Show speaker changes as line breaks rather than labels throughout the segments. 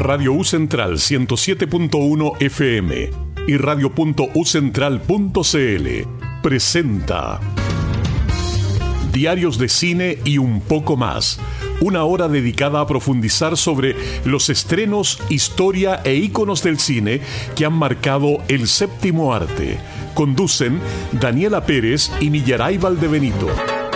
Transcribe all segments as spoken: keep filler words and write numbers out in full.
Radio U Central ciento siete punto uno F M y radio punto u central punto c l presenta Diarios de Cine y un poco más. Una hora dedicada a profundizar sobre los estrenos, historia e íconos del cine que han marcado el séptimo arte. Conducen Daniela Pérez y Millaray Valdebenito.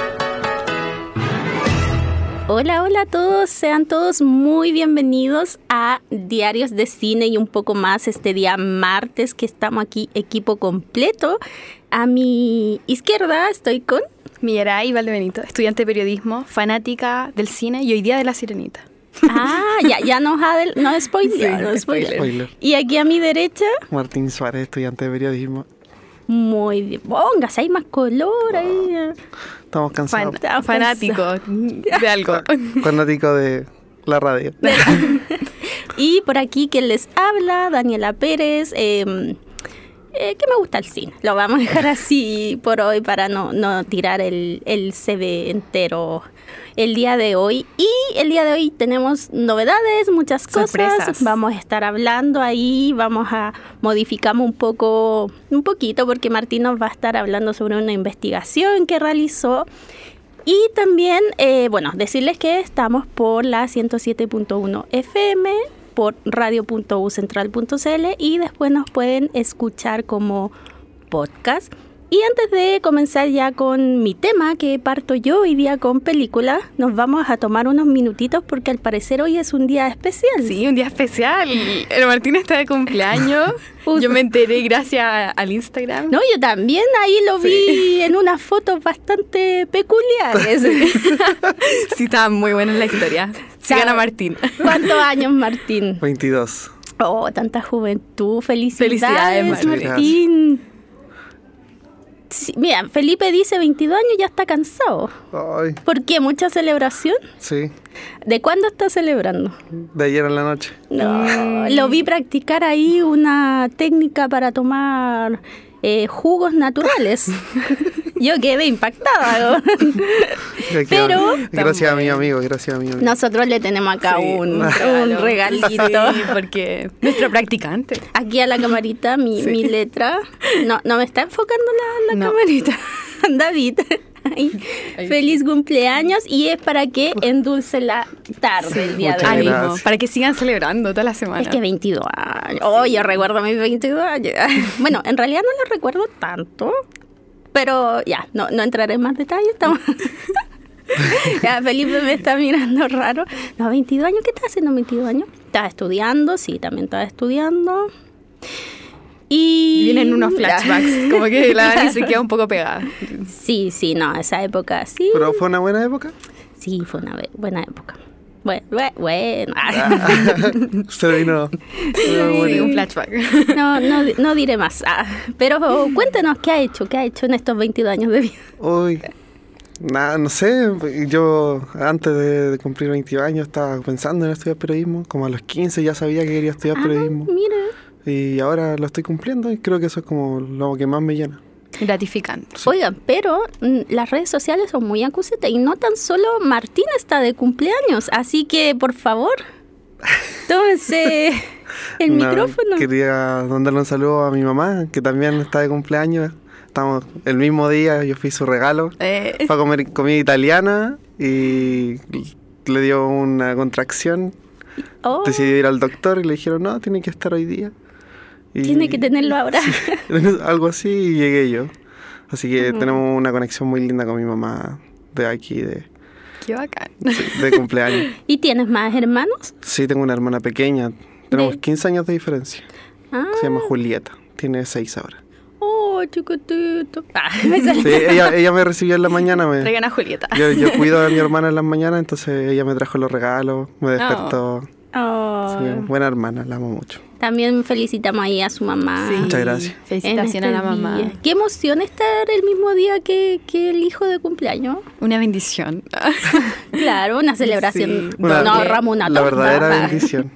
Hola, hola a todos, sean todos muy bienvenidos a Diarios de Cine y un poco más este día martes que estamos aquí equipo completo. A mi izquierda estoy con
Millaray Valdebenito, estudiante de periodismo, fanática del cine y hoy día de La Sirenita.
Ah, ya, ya nos ha del, no spoiler,
Sí,
no spoiler.
spoiler.
Y aquí a mi derecha,
Martín Suárez, estudiante de periodismo.
muy bien, póngase, hay más color ahí.
Estamos cansados.
Fan- fanático de algo.
Fanático de la radio.
Y por aquí quien les habla, Daniela Pérez, eh, eh, que me gusta el cine. Lo vamos a dejar así por hoy para no, no tirar el, el C V entero el día de hoy. Y el día de hoy tenemos novedades, muchas cosas.
Sorpresas.
Vamos a estar hablando ahí, vamos a modificamos un poco, un poquito, porque Martín nos va a estar hablando sobre una investigación que realizó. Y también, eh, bueno, decirles que estamos por la ciento siete punto uno F M, por radio punto u central punto c l y después nos pueden escuchar como podcast. Y antes de comenzar ya con mi tema, que parto yo hoy día con película, nos vamos a tomar unos minutitos porque al parecer hoy es un día especial.
Sí, un día especial. El Martín está de cumpleaños. Yo me enteré gracias al Instagram.
No, yo también ahí lo vi
Sí.
en unas fotos bastante peculiares.
Sí, estaba muy buena la historia. Sí, gana Martín.
¿Cuántos años, Martín?
veintidós.
Oh, tanta juventud. Felicidades,
Felicidades,
Martín.
Martín.
Sí, mira, Felipe dice veintidós años, ya está cansado.
Ay,
¿Por qué? ¿Mucha celebración?
sí,
¿De cuándo está celebrando?
de ayer en la noche.
No, lo vi practicar ahí una técnica para tomar eh, jugos naturales. Yo quedé impactada.
Ya que-
Pero-
Gracias a mi amigo, gracias a mi amigo.
Nosotros le tenemos acá
Sí,
un,
un regalo.
un regalito.
Sí, porque nuestro practicante.
Aquí a la camarita, mi,
Sí.
mi letra. No, no me está enfocando la, la
No.
camarita. David. Ay,
Ahí.
Feliz cumpleaños y es para que endulce la tarde el día de
muchas
hoy.
Ánimo,
gracias.
para que sigan celebrando toda la semana.
Es que veintidós años. Oh, yo recuerdo mis veintidós años. Bueno, en realidad no los recuerdo tanto, pero ya, no, no entraré en más detalles. Estamos... Ya, Felipe me está mirando raro. No, veintidós años, ¿qué estás haciendo veintidós años? Estaba estudiando, sí, también estaba estudiando. Y...
Vienen unos flashbacks, como que la Dani se queda un poco pegada.
Sí, sí, no, esa época sí.
¿Pero fue una buena época?
Sí, fue una be- buena época. Bueno, bueno, bueno.
Usted vino.
Sí, un flashback.
No, no, no diré más. Ah, pero cuéntenos qué ha hecho, qué ha hecho en estos veintidós años de vida.
Uy, nada, no sé. Yo antes de, de cumplir veintidós años estaba pensando en estudiar periodismo. Como a los quince ya sabía que quería estudiar
Ah,
periodismo.
mira.
Y ahora lo estoy cumpliendo y creo que eso es como lo que más me llena.
Gratificante.
Oigan, pero mm, las redes sociales son muy acusadas y no tan solo Martín está de cumpleaños, así que por favor, tómense el
No,
micrófono.
Quería mandarle un saludo a mi mamá, que también está de cumpleaños. Estamos el mismo día, yo fui su regalo.
Eh,
Fue a comer comida italiana y le dio una contracción.
Oh,
Decidí ir al doctor y le dijeron, no, tiene que estar hoy día. Y-
tiene que tenerlo ahora.
Algo así y llegué yo. Así que
Ujú.
tenemos una conexión muy linda con mi mamá de aquí, de,
qué bacán.
de cumpleaños.
¿Y tienes más hermanos?
Sí, tengo una hermana pequeña. Tenemos
¿De?
quince años de diferencia.
Ah,
Se llama Julieta. Tiene seis ahora.
oh, chiquitito. Ah, me sale.
Sí, ella, ella me recibió en la mañana. Me,
Traigan a Julieta.
yo, yo cuido a mi hermana en las mañanas, entonces ella me trajo los regalos, me despertó.
Oh.
Sí, buena hermana, la amo mucho.
También felicitamos ahí a su mamá.
Sí.
Muchas gracias.
en
Felicitación
este
a la mamá.
día. Qué emoción estar el mismo día que, que el hijo de cumpleaños.
Una bendición.
Claro, una celebración.
Sí.
No,
Una-
no ahorramos una
La
torta.
verdadera
Ah.
bendición.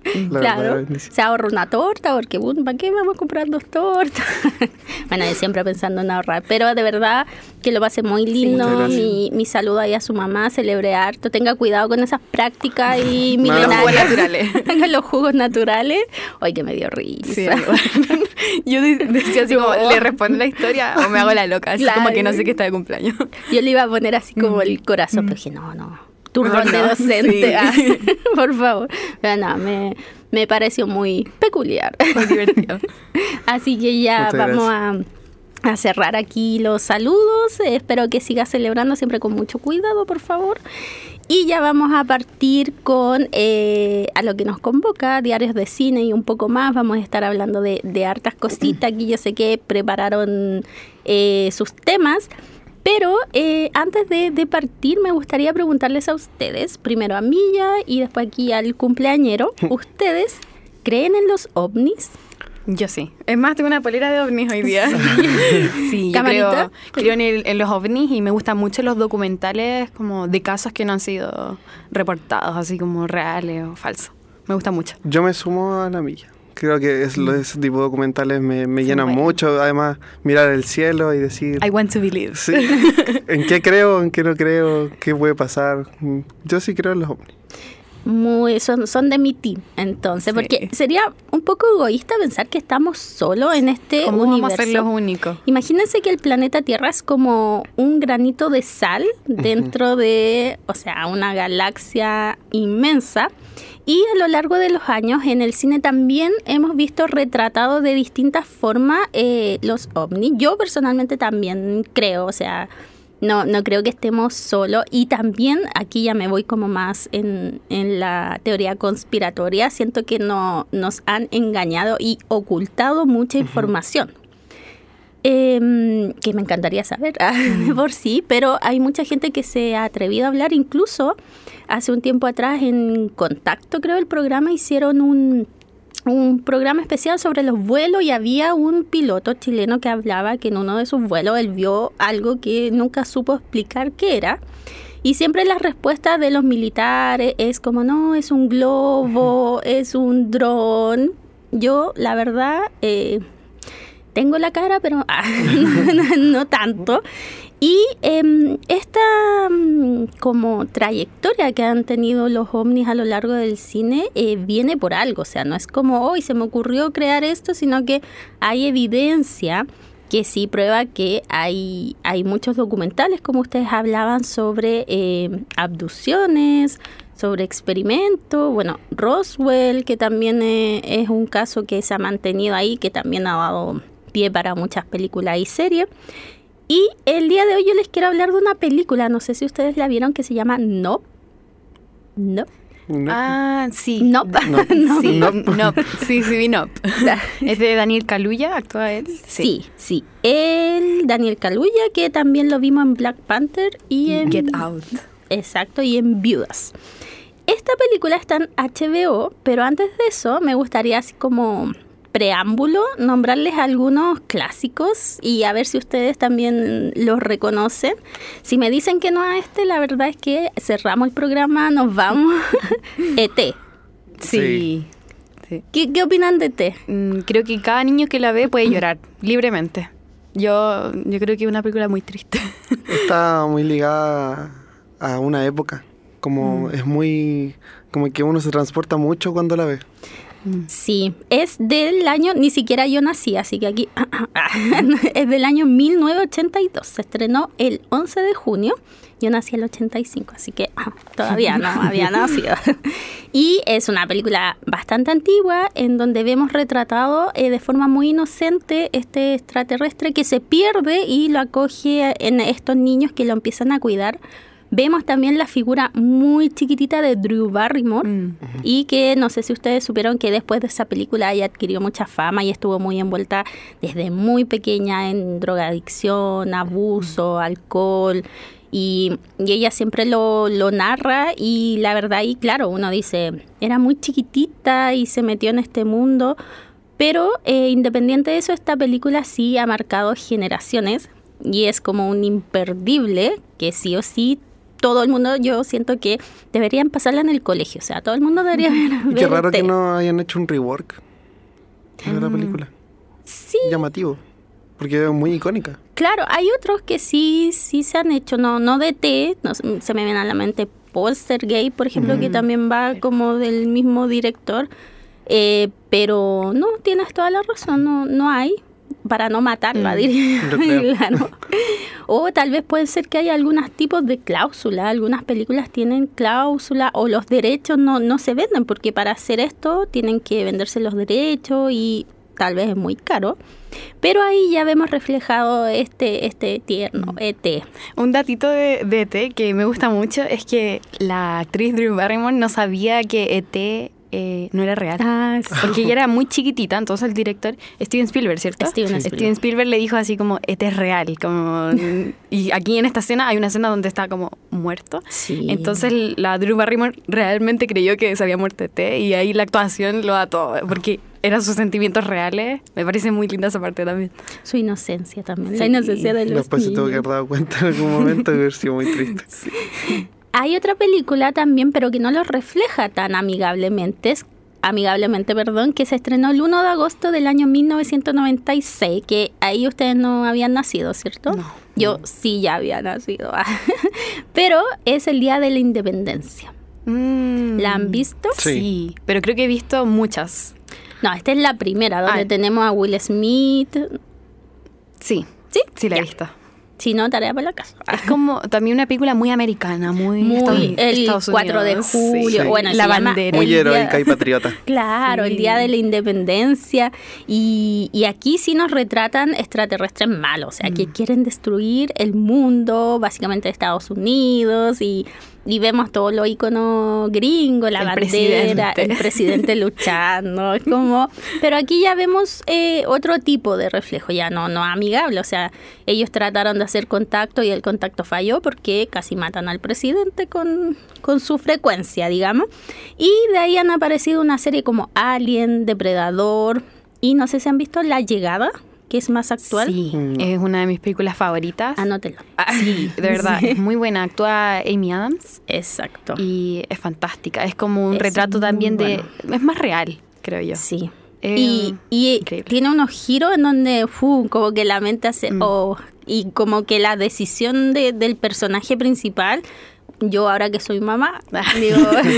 La
Claro,
verdadera bendición.
se ahorra una torta, porque bueno, ¿para qué vamos a comprar dos tortas? Bueno, yo siempre pensando en ahorrar, pero de verdad que lo pasé muy lindo.
Muchas gracias.
mi, mi saludo ahí a su mamá, celebré harto. Tenga cuidado con esas prácticas y
No.
Los
milenarias.
jugos naturales.
Con los jugos naturales. Ay, que me dio risa.
Sí, bueno. Yo de- decía así como, ¿le respondo la historia o me hago la loca? Así
Claro.
como que no sé qué está de cumpleaños.
Yo le iba a poner así como el corazón, pero dije, no, no, turrón
Mejor
de
no,
docente,
sí.
ah, por favor. Pero no, me, me pareció muy peculiar.
Muy divertido.
Así que ya
Muchas
vamos a, a cerrar aquí los saludos. Eh, espero que sigas celebrando siempre con mucho cuidado, por favor. Y ya vamos a partir con eh, a lo que nos convoca, diarios de cine y un poco más. Vamos a estar hablando de, de hartas cositas. Aquí yo sé que prepararon eh, sus temas. Pero eh, antes de, de partir me gustaría preguntarles a ustedes, primero a Milla y después aquí al cumpleañero. ¿Ustedes creen en los ovnis?
Yo sí. Es más, tengo una polera de ovnis hoy día. Sí, yo
¿Camarita?
creo, creo en, el- en los ovnis y me gustan mucho los documentales como de casos que no han sido reportados, así como reales o falsos. Me gusta mucho.
Yo me sumo a la milla. Creo que es, lo- ese tipo de documentales me, me
Son
llenan
buenos.
mucho. Además, mirar el cielo y decir...
I want to believe.
Sí, ¿en qué creo? ¿En qué no creo? ¿Qué puede pasar? Mm, Yo sí creo en los ovnis.
Muy, son, son de mi team, entonces,
Sí.
porque sería un poco egoísta pensar que estamos solos en este
¿Cómo
universo.
vamos a ser los únicos?
Imagínense que el planeta Tierra es como un granito de sal dentro de, o sea, una galaxia inmensa. Y a lo largo de los años en el cine también hemos visto retratados de distintas formas eh, los ovnis. Yo personalmente también creo, o sea, no, no creo que estemos solos. Y también aquí ya me voy como más en, en la teoría conspiratoria. Siento que no, nos han engañado y ocultado mucha información. Eh, que me encantaría saber de por sí, pero hay mucha gente que se ha atrevido a hablar. Incluso hace un tiempo atrás en Contacto, creo, el programa, hicieron un, un programa especial sobre los vuelos y había un piloto chileno que hablaba que en uno de sus vuelos él vio algo que nunca supo explicar qué era. Y siempre la respuesta de los militares es como, no, es un globo, es un dron. Yo, la verdad... Eh, Tengo la cara, pero ah, no, no tanto. Y eh, esta um, como trayectoria que han tenido los ovnis a lo largo del cine eh, viene por algo. O sea, no es como, hoy se me ocurrió crear esto, sino que hay evidencia que sí prueba que hay, hay muchos documentales, como ustedes hablaban, sobre eh, abducciones, sobre experimentos. Bueno, Roswell, que también eh, es un caso que se ha mantenido ahí, que también ha dado pie para muchas películas y series. Y el día de hoy yo les quiero hablar de una película, no sé si ustedes la vieron, que se llama Nope. Nope.
No.
Ah, sí.
Nope.
Nope.
No.
Sí,
Nope.
Nope. Sí, sí, vi Nope. ¿Es de Daniel Kaluuya? ¿Actúa él?
Sí, sí. El Daniel Kaluuya, que también lo vimos en Black Panther y en...
Get Out.
Exacto, y en Viudas. Esta película está en H B O, pero antes de eso me gustaría así como preámbulo nombrarles algunos clásicos y a ver si ustedes también los reconocen. Si me dicen que no a este, la verdad es que cerramos el programa, nos vamos. E T.
Sí. Sí.
¿Qué, qué opinan de E T?
Mm, Creo que cada niño que la ve puede llorar libremente. Yo, yo creo que es una película muy triste.
Está muy ligada a una época. Como es muy... Como que uno se transporta mucho cuando la ve.
Sí, es del año, ni siquiera yo nací, así que aquí es del año mil novecientos ochenta y dos. Se estrenó el once de junio. Yo nací el ochenta y cinco, así que ah, todavía no había nacido. Y es una película bastante antigua en donde vemos retratado eh, de forma muy inocente este extraterrestre que se pierde y lo acoge en estos niños que lo empiezan a cuidar. Vemos también la figura muy chiquitita de Drew Barrymore
Mm.
y que no sé si ustedes supieron que después de esa película ella adquirió mucha fama y estuvo muy envuelta desde muy pequeña en drogadicción, abuso, alcohol y, y ella siempre lo, lo narra y la verdad y claro, uno dice, era muy chiquitita y se metió en este mundo, pero eh, independiente de eso, esta película sí ha marcado generaciones y es como un imperdible que sí o sí todo el mundo, yo siento que deberían pasarla en el colegio, o sea, todo el mundo debería ver.
Y qué raro
E T.
que no hayan hecho un rework de la
Mm.
película.
Sí,
Llamativo, porque es muy icónica.
claro, hay otros que sí, sí se han hecho, no, no de E T, no, se me viene a la mente Poltergeist, por ejemplo,
Mm.
que también va como del mismo director, eh, pero no, tienes toda la razón, no, no hay, para no matarla,
Mm,
diría.
yo creo.
Claro. O tal vez puede ser que hay algunos tipos de cláusula, algunas películas tienen cláusula o los derechos no, no se venden, porque para hacer esto tienen que venderse los derechos y tal vez es muy caro. Pero ahí ya vemos reflejado este, este tierno E T.
Un datito de, de E T que me gusta mucho es que la actriz Drew Barrymore no sabía que E T eh, no era real.
Ah, sí.
Porque ella era muy chiquitita, entonces el director, Steven Spielberg, ¿cierto?
Steven Spielberg.
Steven Spielberg le dijo así como, E T es real. Como, y aquí en esta escena hay una escena donde está como muerto.
Sí.
Entonces la Drew Barrymore realmente creyó que se había muerto E T y ahí la actuación lo da todo, porque eran sus sentimientos reales. Me parece muy linda esa parte también.
Su inocencia también, la
Sí.
inocencia de los
Después se tuvo que
niños.
haber dado cuenta en algún momento de haber sido muy triste.
Hay otra película también, pero que no lo refleja tan amigablemente, es- amigablemente, perdón, que se estrenó el uno de agosto del año mil novecientos noventa y seis, que ahí ustedes no habían nacido, ¿cierto?
No.
Yo sí ya había nacido, pero es el Día de la Independencia.
Mm.
¿La han visto?
Sí.
Sí.
pero creo que he visto muchas.
No, esta es la primera, donde
Ah.
tenemos a Will Smith.
Sí,
¿Sí?
sí la he
Ya.
visto.
Si no, tarea para la casa.
Es como también una película muy americana, muy,
Muy,
Estados-
el
Estados
cuatro de
Unidos,
julio,
sí.
bueno,
la
se llama
bandera.
Muy
El día-
heroica y patriota.
Claro,
Sí.
el Día de la Independencia. Y, y aquí sí nos retratan extraterrestres malos, o sea, que
Mm.
quieren destruir el mundo, básicamente Estados Unidos, y, y vemos todo lo icono gringo, la
El
bandera,
presidente.
el presidente luchando. Es como, pero aquí ya vemos eh, otro tipo de reflejo, ya no, no amigable. O sea, ellos trataron de hacer contacto y el contacto falló porque casi matan al presidente con, con su frecuencia, digamos. Y de ahí han aparecido una serie como Alien, Depredador, y no sé si han visto La Llegada, que es más actual.
Sí,
Mm.
es una de mis películas favoritas.
Anótelo.
Ah, sí, de verdad,
Sí.
es muy buena. Actúa Amy Adams
Exacto.
y es fantástica. Es como un
Es
retrato
muy
también de...
bueno.
Es más real, creo yo.
Sí.
Eh,
y y
increíble.
tiene unos giros en donde fu, como que la mente hace
Mm.
oh, y como que la decisión de, del personaje principal, yo ahora que soy mamá, digo,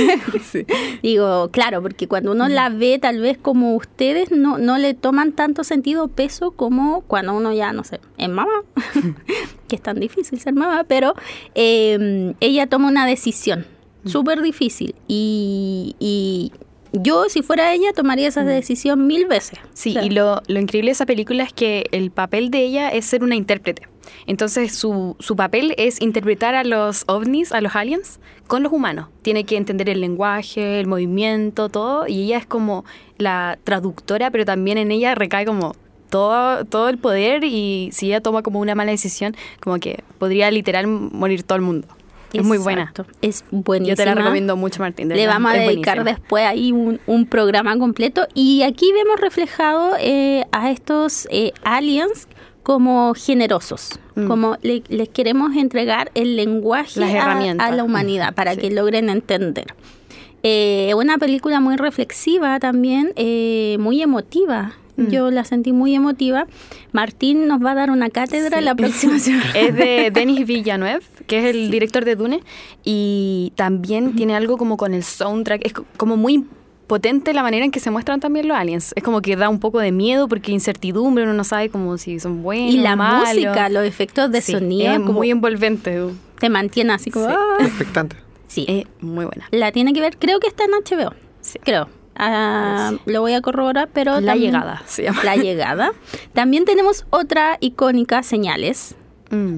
digo, claro, porque cuando uno la ve tal vez como ustedes no, no le toman tanto sentido peso como cuando uno ya, no sé, es mamá, que es tan difícil ser mamá, pero eh, ella toma una decisión súper difícil y, y yo, si fuera ella, tomaría esa decisión mil veces.
Sí,
O sea,
y lo, lo increíble de esa película es que el papel de ella es ser una intérprete. Entonces su, su papel es interpretar a los ovnis, a los aliens, con los humanos. Tiene que entender el lenguaje, el movimiento, todo, y ella es como la traductora, pero también en ella recae como todo, todo el poder, y si ella toma como una mala decisión, como que podría literal morir todo el mundo. Es muy buena.
exacto, es buenísima.
Yo te la recomiendo mucho, Martín. de
Le
verdad,
vamos a
es
dedicar
buenísima.
después ahí un, un programa completo. Y aquí vemos reflejado eh, a estos eh, aliens como generosos,
Mm.
como le- les queremos entregar el lenguaje
Las
a,
herramientas.
a la humanidad para
Sí.
que logren entender. Eh, una película muy reflexiva también, eh, muy emotiva.
Mm.
Yo la sentí muy emotiva. Martín nos va a dar una cátedra
Sí.
la próxima semana.
Es de Denis Villeneuve, que es el director de Dune, y también tiene algo como con el soundtrack, es co- como muy potente la manera en que se muestran también los aliens. Es como que da un poco de miedo porque incertidumbre, uno no sabe como si son buenos
Y la
o malos.
música, los efectos de
Sí,
sonido,
es
como
muy envolvente.
te mantiene así como...
Sí.
¡ah!
Expectante.
Sí,
Es muy buena.
la tiene que ver, creo que está en H B O,
Sí.
creo. Ah,
Sí.
lo voy a corroborar, pero...
La
también-
llegada se llama.
La llegada. También tenemos otra icónica, Señales,
Mm.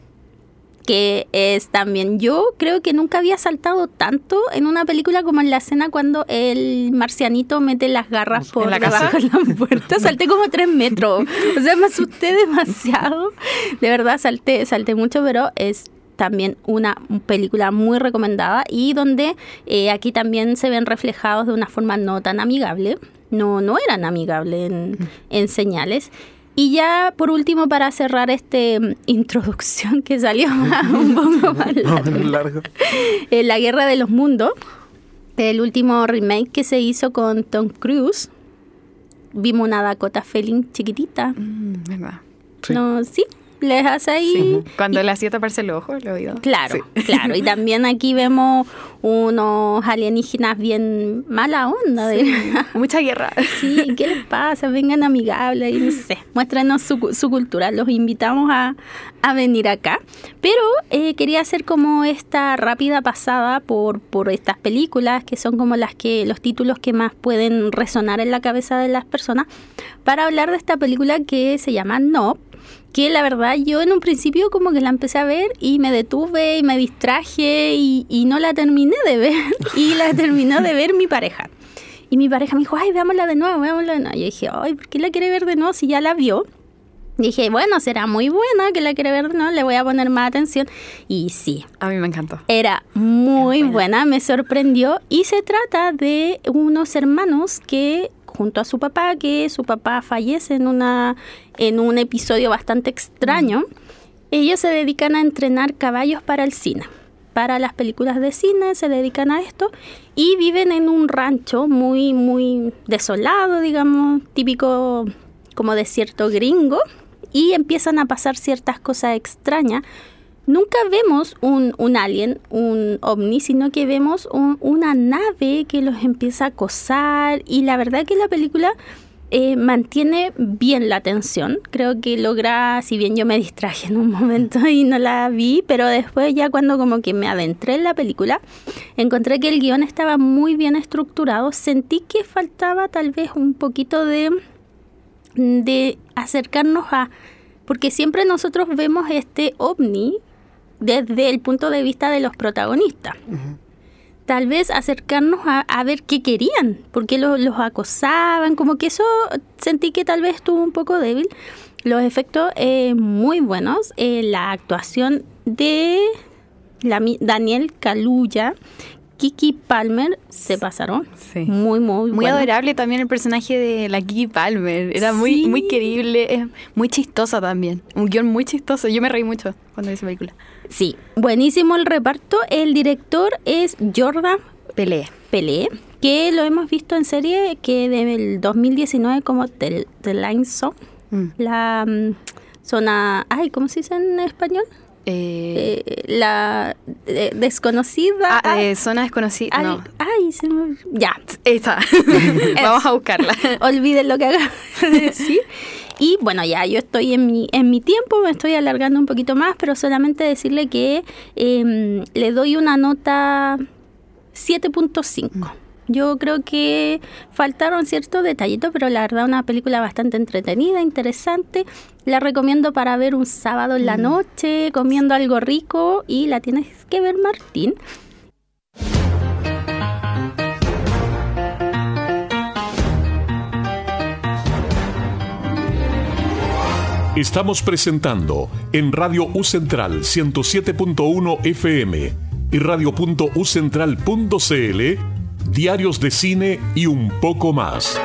que es también, yo creo que nunca había saltado tanto en una película como en la escena cuando el marcianito mete las garras por
¿En la
debajo
casa?
de la puerta. Salté como tres metros. O sea, me asusté demasiado. De verdad, salté, salté mucho, pero es también una película muy recomendada y donde eh, aquí también se ven reflejados de una forma no tan amigable. No, no eran amigables en, en Señales. Y ya por último, para cerrar esta introducción que salió un poco más largo,
largo.
Eh, La Guerra de los Mundos, el último remake que se hizo con Tom Cruise. Vimos una Dakota Fanning chiquitita.
Mm, ¿verdad?
Sí.
No, sí, les hace ahí.
Sí. Cuando le hacía taparse el ojo, lo oído.
Claro,
Sí.
claro. Y también aquí vemos unos alienígenas bien mala onda. De...
Mucha guerra.
Sí, ¿qué les pasa? Vengan amigables y no sé, muéstranos su, su cultura. Los invitamos a, a venir acá. Pero eh, quería hacer como esta rápida pasada por, por estas películas, que son como las que los títulos que más pueden resonar en la cabeza de las personas, para hablar de esta película que se llama Nope, que la verdad yo en un principio como que la empecé a ver y me detuve y me distraje y, y no la terminé de ver y la terminó de ver mi pareja. Y mi pareja me dijo, ay, veámosla de nuevo, veámosla de nuevo. Y yo dije, ay, ¿por qué la quiere ver de nuevo si ya la vio? Y dije, bueno, será muy buena que la quiere ver de nuevo, le voy a poner más atención. Y sí.
A mí me encantó.
Era muy buena, me sorprendió. Y se trata de unos hermanos que, junto a su papá, que su papá fallece en una en un episodio bastante extraño, mm. ellos se dedican a entrenar caballos para el cine. Para las películas de cine se dedican a esto y viven en un rancho muy, muy desolado, digamos, típico como desierto gringo, y empiezan a pasar ciertas cosas extrañas. Nunca vemos un, un alien, un ovni, sino que vemos un, una nave que los empieza a acosar, y la verdad que la película eh, mantiene bien la atención. Creo que logra, si bien yo me distraje en un momento y no la vi, pero después ya cuando como que me adentré en la película, encontré que el guión estaba muy bien estructurado. Sentí que faltaba tal vez un poquito de, de acercarnos a... Porque siempre nosotros vemos este ovni desde el punto de vista de los protagonistas. Uh-huh. Tal vez acercarnos a, a ver qué querían, por qué lo, los acosaban, como que eso sentí que tal vez estuvo un poco débil. Los efectos eh, muy buenos, eh, la actuación de la, Daniel Kaluuya, Keke Palmer, se pasaron. Sí. Muy, muy
Muy bueno. Adorable también el personaje de la Keke Palmer. Era muy, sí. muy querible, es muy chistosa también. Un guión muy chistoso. Yo me reí mucho cuando vi esa película.
Sí, buenísimo el reparto. El director es Jordan
Peele.
Peele, que lo hemos visto en serie que del dos mil diecinueve como The, The Line Zone. Mm. La um, zona... Ay, ¿cómo se dice en español?
Eh,
eh, la eh, desconocida.
Ah, eh, zona desconocida.
Ay,
no.
ay se me... Ya.
Esa. Vamos a buscarla.
Olviden lo que acabo de decir. Y bueno, ya yo estoy en mi en mi tiempo, me estoy alargando un poquito más, pero solamente decirle que eh, le doy una nota siete punto cinco. Yo creo que faltaron ciertos detallitos, pero la verdad una película bastante entretenida, interesante. La recomiendo para ver un sábado en la noche, comiendo algo rico, y la tienes que ver, Martín.
Estamos presentando en Radio U Central ciento siete punto uno F M y radio punto u central punto c l Diarios de Cine y un poco más.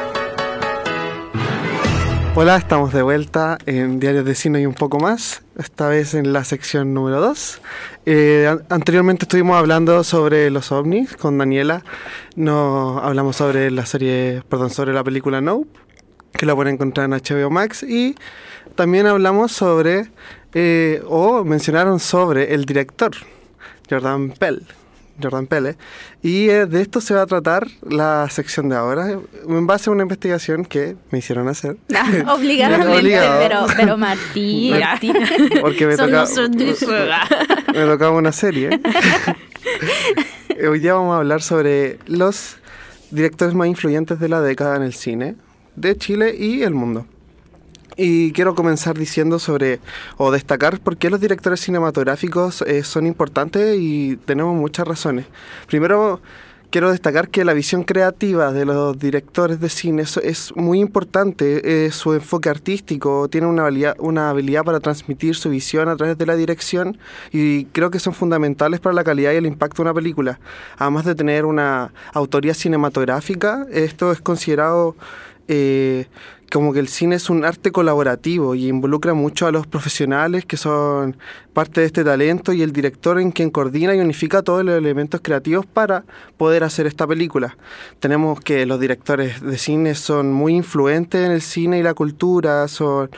Hola, estamos de vuelta en Diarios de Cine y un poco más, esta vez en la sección número dos. Eh, an- anteriormente estuvimos hablando sobre los ovnis con Daniela. Nos hablamos sobre la serie, perdón, sobre la película Nope, que la pueden encontrar en H B O Max, y también hablamos sobre, eh, o mencionaron sobre el director, Jordan Peele. Jordan Peele, y eh, de esto se va a tratar la sección de ahora, en base a una investigación que me hicieron hacer.
Ah, obligadamente, Obligado. pero, pero Martín, Martín.
Porque me tocaba, me tocaba una serie. Hoy día vamos a hablar sobre los directores más influyentes de la década en el cine de Chile y el mundo. Y quiero comenzar diciendo sobre, o destacar por qué los directores cinematográficos eh, son importantes, y tenemos muchas razones. Primero, quiero destacar que la visión creativa de los directores de cine es, es muy importante. Eh, su enfoque artístico, tiene una habilidad, una habilidad para transmitir su visión a través de la dirección, y creo que son fundamentales para la calidad y el impacto de una película. Además de tener una autoría cinematográfica, esto es considerado... Eh, como que el cine es un arte colaborativo y involucra mucho a los profesionales que son parte de este talento y el director en quien coordina y unifica todos los elementos creativos para poder hacer esta película. Tenemos que los directores de cine son muy influentes en el cine y la cultura, son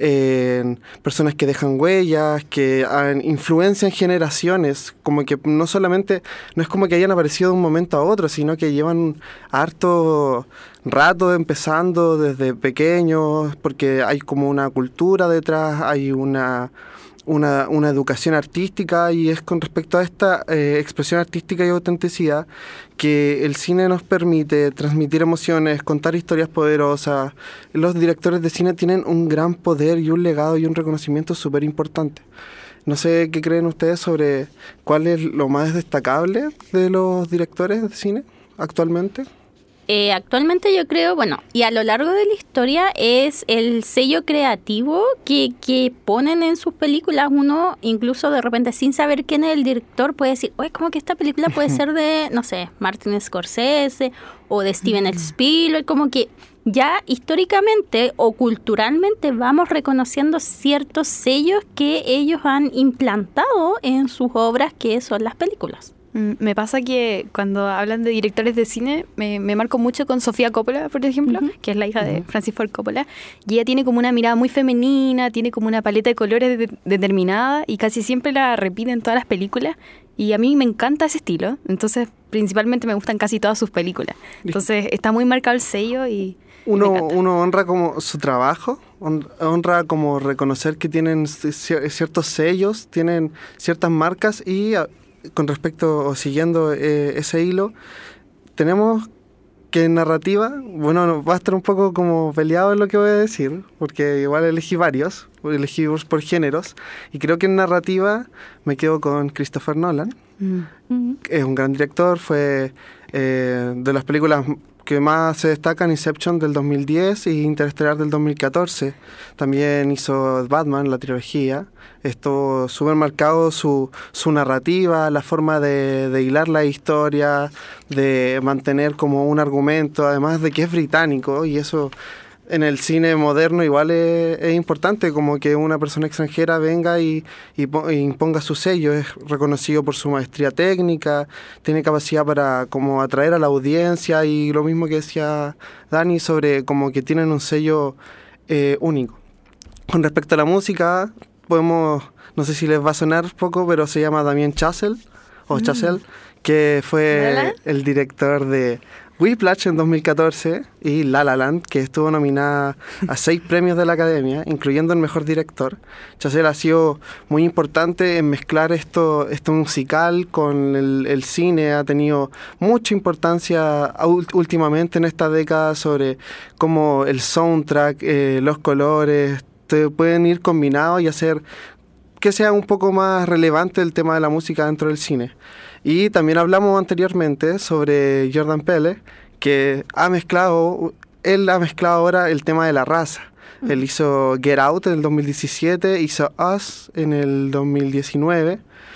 eh, personas que dejan huellas, que han, influencian generaciones, como que no solamente, no es como que hayan aparecido de un momento a otro, sino que llevan harto rato empezando desde pequeños, porque hay como una cultura detrás, hay una, una, una educación artística, y es con respecto a esta eh, expresión artística y autenticidad que el cine nos permite transmitir emociones, contar historias poderosas. Los directores de cine tienen un gran poder y un legado y un reconocimiento súper importante. No sé qué creen ustedes sobre cuál es lo más destacable de los directores de cine actualmente.
Eh, actualmente yo creo, bueno, y a lo largo de la historia es el sello creativo que, que ponen en sus películas. Uno incluso de repente sin saber quién es el director puede decir, oye, como que esta película puede ser de, no sé, Martin Scorsese o de Steven Spielberg, como que ya históricamente o culturalmente vamos reconociendo ciertos sellos que ellos han implantado en sus obras, que son las películas.
Me pasa que cuando hablan de directores de cine, me, me marco mucho con Sofía Coppola, por ejemplo, uh-huh. que es la hija uh-huh. de Francis Ford Coppola, y ella tiene como una mirada muy femenina, tiene como una paleta de colores de, determinada, y casi siempre la repite en todas las películas, y a mí me encanta ese estilo, entonces principalmente me gustan casi todas sus películas, entonces está muy marcado el sello y...
Uno, uno honra como su trabajo, honra como reconocer que tienen ciertos sellos, tienen ciertas marcas, y con respecto o siguiendo eh, ese hilo, tenemos que en narrativa, bueno, va a estar un poco como peleado en lo que voy a decir, porque igual elegí varios, elegí por géneros, y creo que en narrativa me quedo con Christopher Nolan. Mm. Es un gran director, fue eh, de las películas que más se destacan, Inception del dos mil diez y Interestelar del dos mil catorce. También hizo Batman, la trilogía. Estuvo súper marcado su, su narrativa, la forma de, de hilar la historia, de mantener como un argumento, además de que es británico, y eso en el cine moderno igual es, es importante, como que una persona extranjera venga y, y, y imponga su sello. Es reconocido por su maestría técnica, tiene capacidad para como atraer a la audiencia, y lo mismo que decía Dani sobre como que tienen un sello eh, único. Con respecto a la música, podemos, no sé si les va a sonar poco, pero se llama Damien Chazelle, o mm. Chazelle, que fue ¿Lala? el director de Whiplash en dos mil catorce y La La Land, que estuvo nominada a seis premios de la Academia, incluyendo el mejor director. Chazelle ha sido muy importante en mezclar esto, esto musical con el, el cine. Ha tenido mucha importancia últimamente en esta década sobre cómo el soundtrack, eh, los colores, te pueden ir combinados y hacer que sea un poco más relevante el tema de la música dentro del cine. Y también hablamos anteriormente sobre Jordan Peele, que ha mezclado, él ha mezclado ahora el tema de la raza. Mm. Él hizo Get Out en el dos mil diecisiete, hizo Us en el dos mil diecinueve,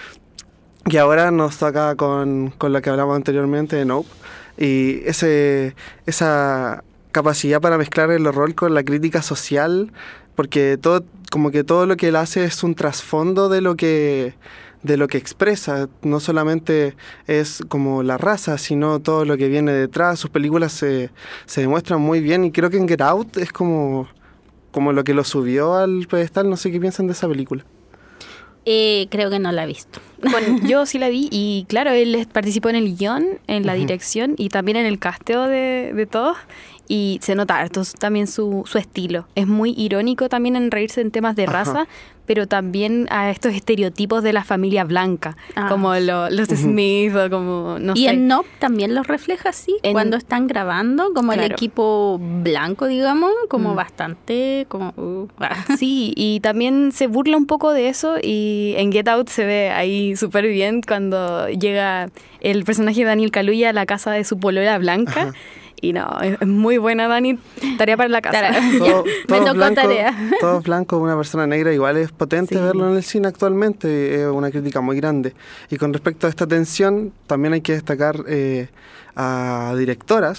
y ahora nos toca con, con lo que hablamos anteriormente de Nope. Y ese, esa capacidad para mezclar el horror con la crítica social, porque todo, como que todo lo que él hace es un trasfondo de lo que... de lo que expresa, no solamente es como la raza, sino todo lo que viene detrás. Sus películas se, se demuestran muy bien, y creo que en Get Out es como, como lo que lo subió al pedestal. No sé qué piensan de esa película.
Eh, creo que no la he visto.
Bueno, yo sí la vi, y claro, él participó en el guión, en la uh-huh. dirección y también en el casteo de, de todos. Y se nota harto también su, su estilo. Es muy irónico también en reírse en temas de raza, Ajá. pero también a estos estereotipos de la familia blanca, ah. como lo, los uh-huh. Smith o como, no
y sé.
Y
en Nope también los refleja así, en, cuando están grabando, como claro. el equipo blanco, digamos, como mm. bastante... como uh,
Sí, y también se burla un poco de eso, y en Get Out se ve ahí súper bien cuando llega el personaje de Daniel Kaluuya a la casa de su polola blanca. Ajá. Y no, es muy buena, Dani. Tarea para la casa.
Todo,
Me tocó
blanco,
tarea.
Todo blanco, una persona negra, igual es potente sí. verlo en el cine actualmente. Es una crítica muy grande. Y con respecto a esta tensión, también hay que destacar eh, a directoras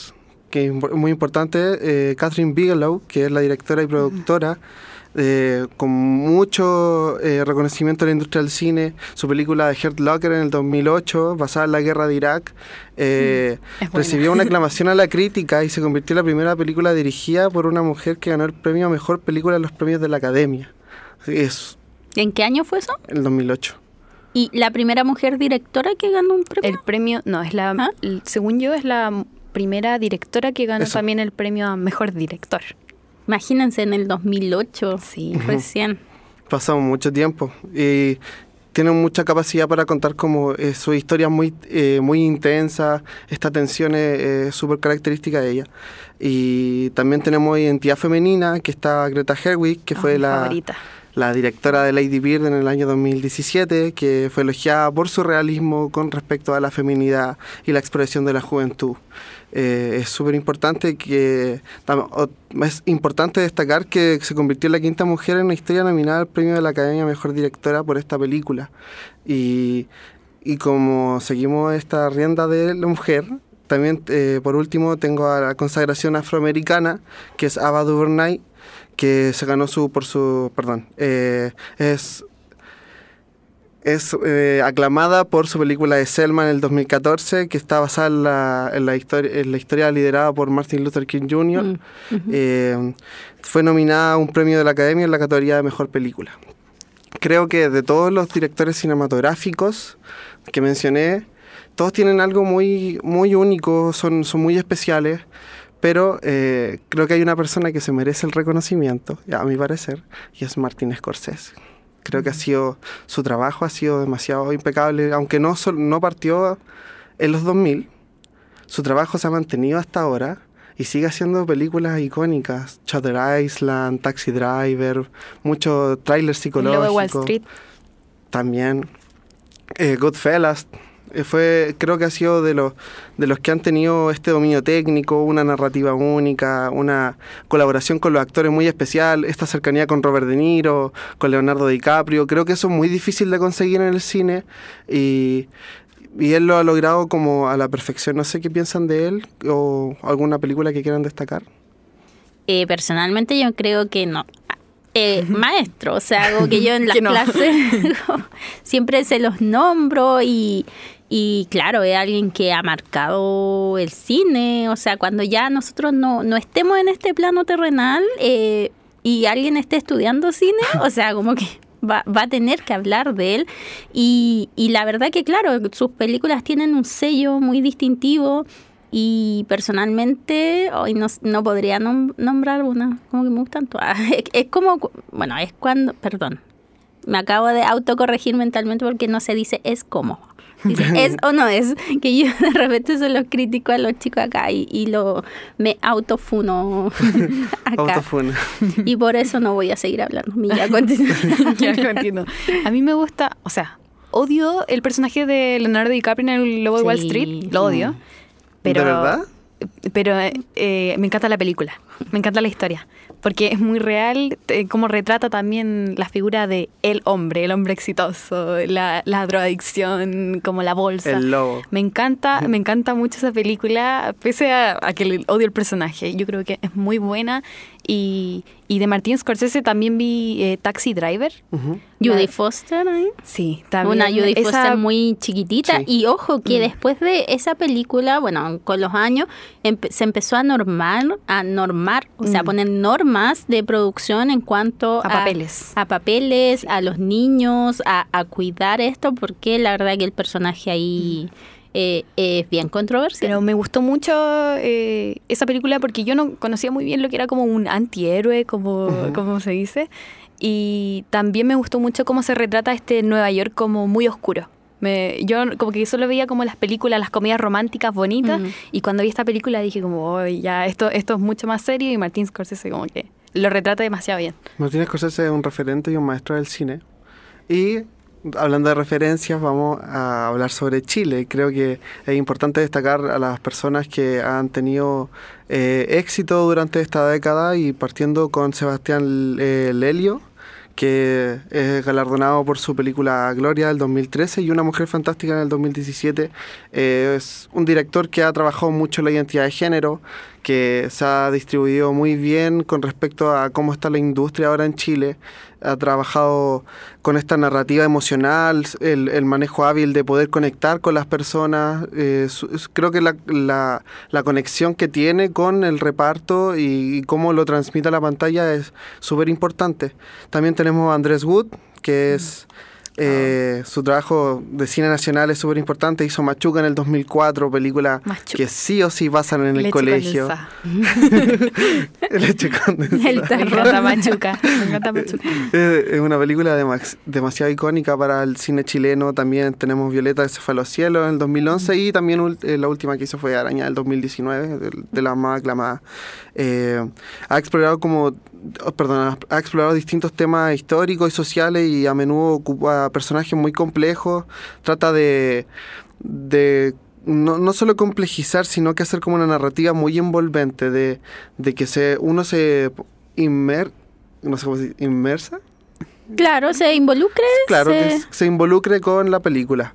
que es muy importante, eh, Catherine Bigelow, que es la directora y productora, eh, con mucho eh, reconocimiento en la industria del cine. Su película The Hurt Locker en el dos mil ocho, basada en la guerra de Irak, eh, recibió una aclamación a la crítica y se convirtió en la primera película dirigida por una mujer que ganó el premio a Mejor Película en los premios de la Academia. Es,
¿En qué año fue eso?
En el dos mil ocho.
¿Y la primera mujer directora que ganó un premio?
El premio, no, es la,
¿Ah?
el- según yo, es la primera directora que ganó
Eso.
también el premio a Mejor Director.
Imagínense, en el dos mil ocho,
Sí.
recién.
Pasamos mucho tiempo y tienen mucha capacidad para contar como eh, su historia muy eh, muy intensa. Esta tensión es eh, súper característica de ella. Y también tenemos identidad femenina, que está Greta Gerwig, que
Ah,
fue
mi
la,
favorita.
la directora de Lady Bird en el año dos mil diecisiete, que fue elogiada por su realismo con respecto a la feminidad y la expresión de la juventud. Eh, es súper importante que tam- o- es importante destacar que se convirtió en la quinta mujer en la historia nominada al premio de la Academia a Mejor Directora por esta película. Y, y como seguimos esta rienda de la mujer, también eh, por último tengo a la consagración afroamericana, que es Ava DuVernay, que se ganó su por su perdón eh, es es eh, aclamada por su película de Selma en el dos mil catorce, que está basada en la, en la, historia, en la historia liderada por Martin Luther King junior
Mm, ujú.
Eh, fue nominada a un premio de la Academia en la categoría de Mejor Película. Creo que de todos los directores cinematográficos que mencioné, todos tienen algo muy, muy único, son, son muy especiales, pero eh, creo que hay una persona que se merece el reconocimiento, a mi parecer, y es Martin Scorsese. Creo que ha sido, su trabajo ha sido demasiado impecable, aunque no, sol- no partió en los dos mil, su trabajo se ha mantenido hasta ahora y sigue haciendo películas icónicas, Shutter Island, Taxi Driver, muchos trailers
El Lobo de Wall
psicológicos.
Street.
También eh, Goodfellas. Eh, fue, creo que ha sido de los de los que han tenido este dominio técnico, una narrativa única, una colaboración con los actores muy especial, esta cercanía con Robert De Niro, con Leonardo DiCaprio. Creo que eso es muy difícil de conseguir en el cine y, y él lo ha logrado como a la perfección. No sé qué piensan de él o alguna película que quieran destacar.
Eh, personalmente yo creo que no. Eh, maestro, o sea, algo que yo en las
Que no.
clases siempre se los nombro y, y claro, es alguien que ha marcado el cine, o sea, cuando ya nosotros no, no estemos en este plano terrenal eh, y alguien esté estudiando cine, o sea, como que va, va a tener que hablar de él y, y la verdad que claro, sus películas tienen un sello muy distintivo. Y personalmente hoy no, no podría nom- nombrar una, como que me gustan todas. Es, es como, cu- bueno, es cuando, perdón, me acabo de autocorregir mentalmente porque no se dice es como. Dice es o no es, que yo de repente se los critico a los chicos acá y, y lo me autofuno acá.
Autofuna.
Y por eso no voy a seguir hablando. Mira, continúa.
Ya, continúo. A mí me gusta, o sea, odio el personaje de Leonardo DiCaprio en el Lobo de Wall
Sí.
Street, lo odio. Pero,
¿De verdad?
Pero eh, me encanta la película, me encanta la historia, porque es muy real, eh, como retrata también la figura de el hombre, el hombre exitoso, la, la drogadicción, como la bolsa.
El lobo.
Me encanta, me encanta mucho esa película, pese a, a que le odio el personaje. Yo creo que es muy buena. Y, y de Martin Scorsese también vi eh, Taxi Driver.
Ujú.
Judy Foster, ¿eh?
Sí, también.
Una Judy
Esa-
Foster muy chiquitita.
Sí.
Y ojo que
Mm.
después de esa película, bueno, con los años, empe- se empezó a normar, a normar, o sea, a
Mm.
poner normas de producción en cuanto
A papeles.
A papeles, a los niños, a, a cuidar esto, porque la verdad que el personaje ahí eh, es bien controversial.
Pero me gustó mucho eh, esa película porque yo no conocía muy bien lo que era como un antihéroe, como,
Ujú.
como se dice. Y también me gustó mucho cómo se retrata este Nueva York como muy oscuro. Me, yo como que solo veía como las películas, las comedias románticas bonitas.
Ujú.
Y cuando vi esta película dije como, "Oh, ya, esto, esto es mucho más serio". Y Martin Scorsese como que lo retrata demasiado bien.
Martin Scorsese es un referente y un maestro del cine. Y hablando de referencias, vamos a hablar sobre Chile. Creo que es importante destacar a las personas que han tenido eh, éxito durante esta década y partiendo con Sebastián eh, Lelio, que es galardonado por su película Gloria del dos mil trece y Una mujer fantástica en el dos mil diecisiete. Eh, es un director que ha trabajado mucho la identidad de género, que se ha distribuido muy bien con respecto a cómo está la industria ahora en Chile. Ha trabajado con esta narrativa emocional, el, el manejo hábil de poder conectar con las personas. Eh, su, creo que la, la, la conexión que tiene con el reparto y, y cómo lo transmite a la pantalla es súper importante. También tenemos a Andrés Wood, que es... Eh, su trabajo de cine nacional es súper importante. Hizo Machuca en el dos mil cuatro, película Machuca. Que sí o sí pasan en el Leche colegio. Leche condensada.
El me encanta Machuca. Me encanta Machuca.
Es una película dema- demasiado icónica para el cine chileno. También tenemos Violeta de Cefalocielo en el dos mil once y también ul- eh, la última que hizo fue Araña del dos mil diecinueve, de, de la más aclamada. Eh, ha explorado como Oh, perdón, ha explorado distintos temas históricos y sociales y a menudo ocupa personajes muy complejos. Trata de, de no, no solo complejizar, sino que hacer como una narrativa muy envolvente, de, de que se uno se inmer, no sé cómo se dice, inmersa.
Claro, se involucre.
Claro,
se...
que se involucre con la película.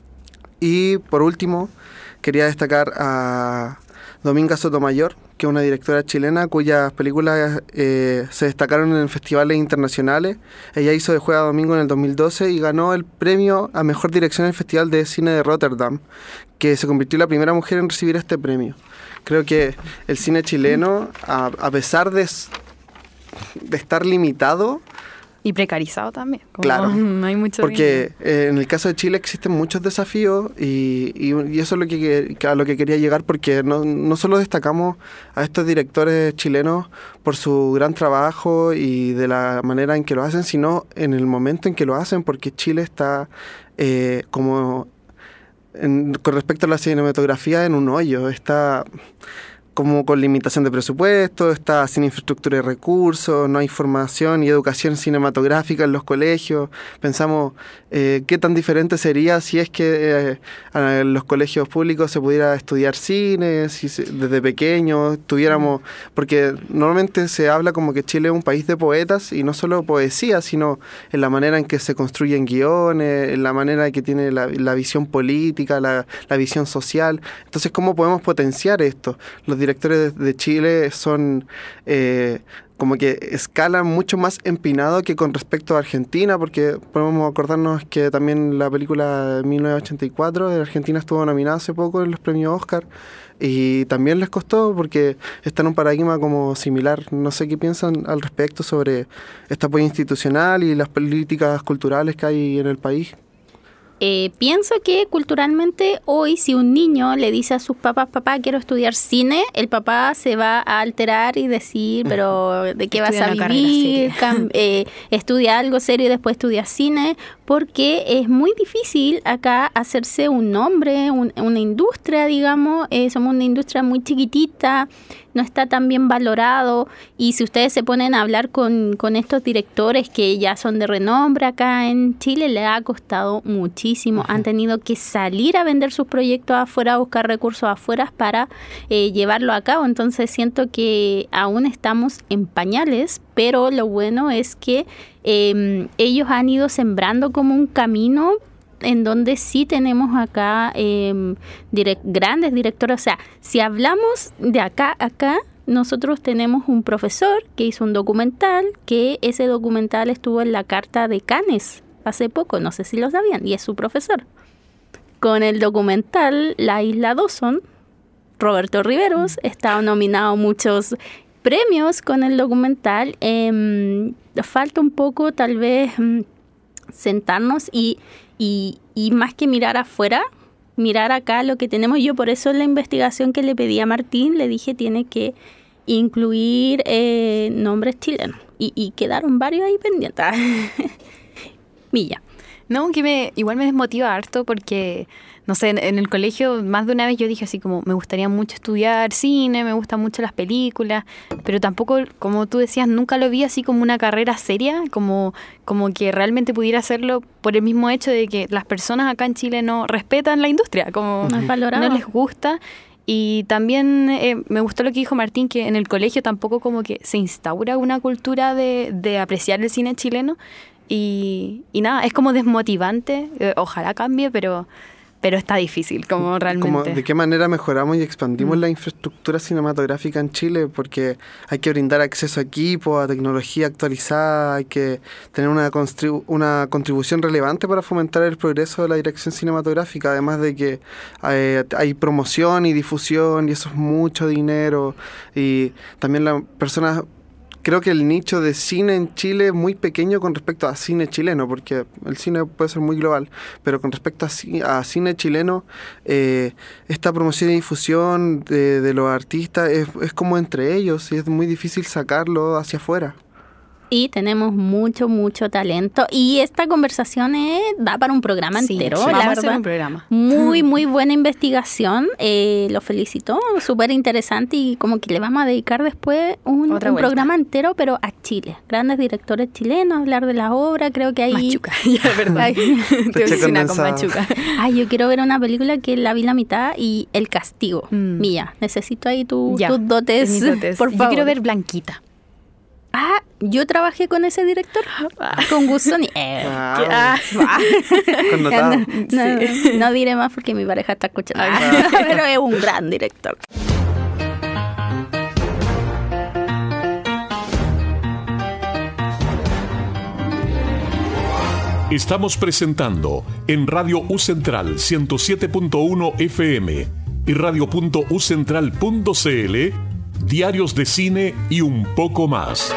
Y por último, quería destacar a Dominga Sotomayor, que es una directora chilena cuyas películas eh, se destacaron en festivales internacionales. Ella hizo De Jueves a Domingo en el dos mil doce y ganó el premio a Mejor Dirección en el Festival de Cine de Rotterdam, que se convirtió en la primera mujer en recibir este premio. Creo que el cine chileno, a, a pesar de, de estar limitado...
Y precarizado también. Como
claro,
no hay mucho
porque eh, en el caso de Chile existen muchos desafíos y, y, y eso es lo que, a lo que quería llegar, porque no, no solo destacamos a estos directores chilenos por su gran trabajo y de la manera en que lo hacen, sino en el momento en que lo hacen, porque Chile está eh, como en, con respecto a la cinematografía en un hoyo, está... como con limitación de presupuesto, está sin infraestructura y recursos, no hay formación y educación cinematográfica en los colegios. Pensamos eh, qué tan diferente sería si es que eh, en los colegios públicos se pudiera estudiar cine, si se, desde pequeños tuviéramos... Porque normalmente se habla como que Chile es un país de poetas, y no solo poesía, sino en la manera en que se construyen guiones, en la manera en que tiene la, la visión política, la, la visión social. Entonces, ¿cómo podemos potenciar esto? Los directores de Chile son eh, como que escalan mucho más empinado que con respecto a Argentina, porque podemos acordarnos que también la película mil novecientos ochenta y cuatro de Argentina estuvo nominada hace poco en los premios Oscar y también les costó porque está en un paradigma como similar. No sé qué piensan al respecto sobre este apoyo institucional y las políticas culturales que hay en el país.
Eh, pienso que culturalmente hoy, si un niño le dice a sus papás, papá, quiero estudiar cine, el papá se va a alterar y decir, pero ¿de qué vas a vivir? Cam- eh, estudia algo serio y después estudia cine, porque es muy difícil acá hacerse un nombre, un, una industria, digamos. Eh, somos una industria muy chiquitita, no está tan bien valorado, y si ustedes se ponen a hablar con, con estos directores que ya son de renombre acá en Chile, les ha costado muchísimo. Uh-huh. Han tenido que salir a vender sus proyectos afuera, a buscar recursos afuera para eh, llevarlo a cabo. Entonces siento que aún estamos en pañales, pero lo bueno es que eh, ellos han ido sembrando como un camino en donde sí tenemos acá eh, direct, grandes directores. O sea, si hablamos de acá a acá, nosotros tenemos un profesor que hizo un documental, que ese documental estuvo en la Carta de Cannes hace poco, no sé si lo sabían, y es su profesor. Con el documental La Isla Dawson, Roberto Riveros, está nominado a muchos premios con el documental. Eh, falta un poco tal vez sentarnos y Y, y más que mirar afuera, mirar acá lo que tenemos. Yo por eso en la investigación que le pedí a Martín, le dije tiene que incluir eh, nombres chilenos. Y, y quedaron varios ahí pendientes. Milla.
No, que me igual me desmotiva harto porque, no sé, en, en el colegio más de una vez yo dije así como, me gustaría mucho estudiar cine, me gustan mucho las películas, pero tampoco, como tú decías, nunca lo vi así como una carrera seria, como, como que realmente pudiera hacerlo por el mismo hecho de que las personas acá en Chile no respetan la industria, como
no,
no les gusta. Y también eh, me gustó lo que dijo Martín, que en el colegio tampoco como que se instaura una cultura de, de apreciar el cine chileno. Y, y nada, es como desmotivante, eh, ojalá cambie, pero, pero está difícil, como realmente.
Como, ¿de qué manera mejoramos y expandimos mm. la infraestructura cinematográfica en Chile? Porque hay que brindar acceso a equipos, a tecnología actualizada, hay que tener una, contribu- una contribución relevante para fomentar el progreso de la dirección cinematográfica, además de que hay, hay promoción y difusión y eso es mucho dinero, y también las personas... Creo que el nicho de cine en Chile es muy pequeño con respecto a cine chileno, porque el cine puede ser muy global, pero con respecto a, ci- a cine chileno, eh, esta promoción y difusión de, de los artistas es, es como entre ellos y es muy difícil sacarlo hacia afuera.
Y tenemos mucho, mucho talento. Y esta conversación es, da para un programa
sí,
entero,
sí,
la
vamos
verdad.
A hacer un programa.
Muy, muy buena investigación. Eh, lo felicito, súper interesante. Y como que le vamos a dedicar después un, un programa entero, pero a Chile. Grandes directores chilenos, hablar de la obra. Creo que hay...
Machuca, ya, verdad. Te obsesiona con Machuca.
Ay, yo quiero ver una película que la vi la mitad y El Castigo. Mm. Mía, necesito ahí tu,
ya,
tus dotes, dotes, por favor.
Yo quiero ver Blanquita.
Ah, yo trabajé con ese director, con Guzón. Eh,
ah, ah.
No, no, sí. no diré más porque mi pareja está escuchando, ah. pero es un gran director.
Estamos presentando en Radio U Central ciento siete punto uno F M y radio punto u central punto c l, diarios de cine y un poco más.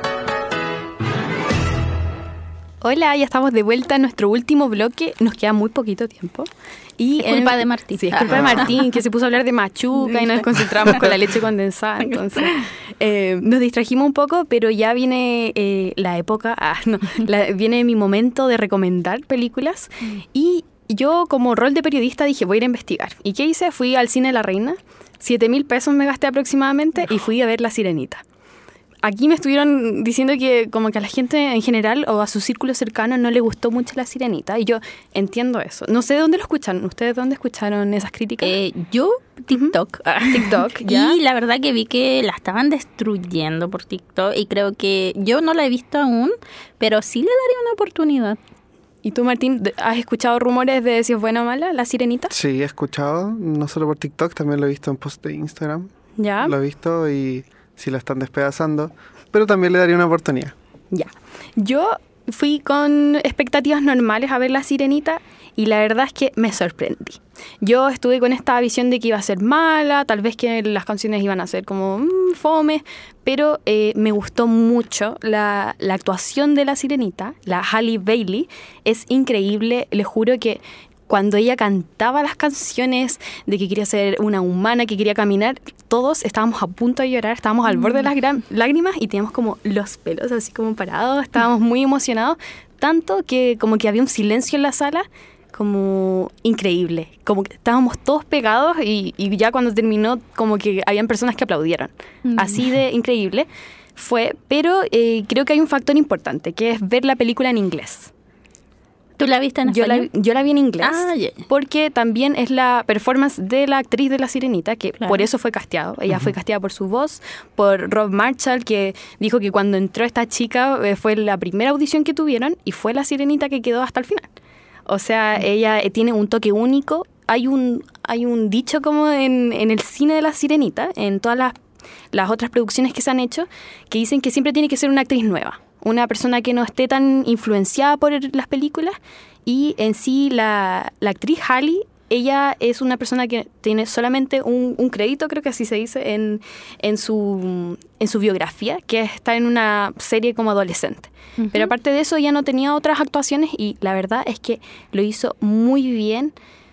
Hola, ya estamos de vuelta en nuestro último bloque. Nos queda muy poquito tiempo.
Y es culpa en... de Martín.
Sí, es culpa ah. de Martín, que se puso a hablar de Machuca y nos concentramos con la leche condensada. Entonces, eh, nos distrajimos un poco, pero ya viene eh, la época, ah, no, la, viene mi momento de recomendar películas. Y yo, como rol de periodista, dije, voy a ir a investigar. ¿Y qué hice? Fui al Cine La Reina. Siete mil pesos me gasté aproximadamente y fui a ver La Sirenita. Aquí me estuvieron diciendo que como que a la gente en general o a su círculo cercano no le gustó mucho La Sirenita, y yo entiendo eso. No sé de dónde lo escucharon. ¿Ustedes dónde escucharon esas críticas?
Eh, yo, TikTok.
Uh-huh. TikTok, ¿ya?
Y la verdad que vi que la estaban destruyendo por TikTok y creo que yo no la he visto aún, pero sí le daría una oportunidad.
¿Y tú, Martín, has escuchado rumores de si es buena o mala La Sirenita?
Sí, he escuchado, no solo por TikTok, también lo he visto en post de Instagram.
¿Ya?
Lo he visto y... si la están despedazando, pero también le daría una oportunidad.
Ya. Yo fui con expectativas normales a ver La Sirenita y la verdad es que me sorprendí. Yo estuve con esta visión de que iba a ser mala, tal vez que las canciones iban a ser como mmm, fome, pero eh, me gustó mucho la, la actuación de La Sirenita. La Halle Bailey es increíble, les juro que cuando ella cantaba las canciones de que quería ser una humana, que quería caminar, todos estábamos a punto de llorar, estábamos al borde de las gra- lágrimas y teníamos como los pelos así como parados, estábamos muy emocionados, tanto que como que había un silencio en la sala, como increíble, como que estábamos todos pegados y, y ya cuando terminó como que habían personas que aplaudieron, mm. así de increíble fue, pero eh, creo que hay un factor importante, que es ver la película en inglés.
¿Tú la viste en
yo
español?
La, yo la vi en inglés,
ah, yeah.
porque también es la performance de la actriz de La Sirenita, que claro. por eso fue casteado. Ella uh-huh. fue casteada por su voz, por Rob Marshall, que dijo que cuando entró esta chica eh, fue la primera audición que tuvieron y fue La Sirenita que quedó hasta el final. O sea, uh-huh. ella eh, tiene un toque único. Hay un, hay un dicho como en, en el cine de La Sirenita, en todas las, las otras producciones que se han hecho, que dicen que siempre tiene que ser una actriz nueva. Una persona que no esté tan influenciada por las películas, y en sí la, la actriz Halle, ella es una persona que tiene solamente un, un crédito, creo que así se dice, en, en, su, en su biografía, que está en una serie como adolescente. Uh-huh. Pero aparte de eso, ella no tenía otras actuaciones y la verdad es que lo hizo muy bien.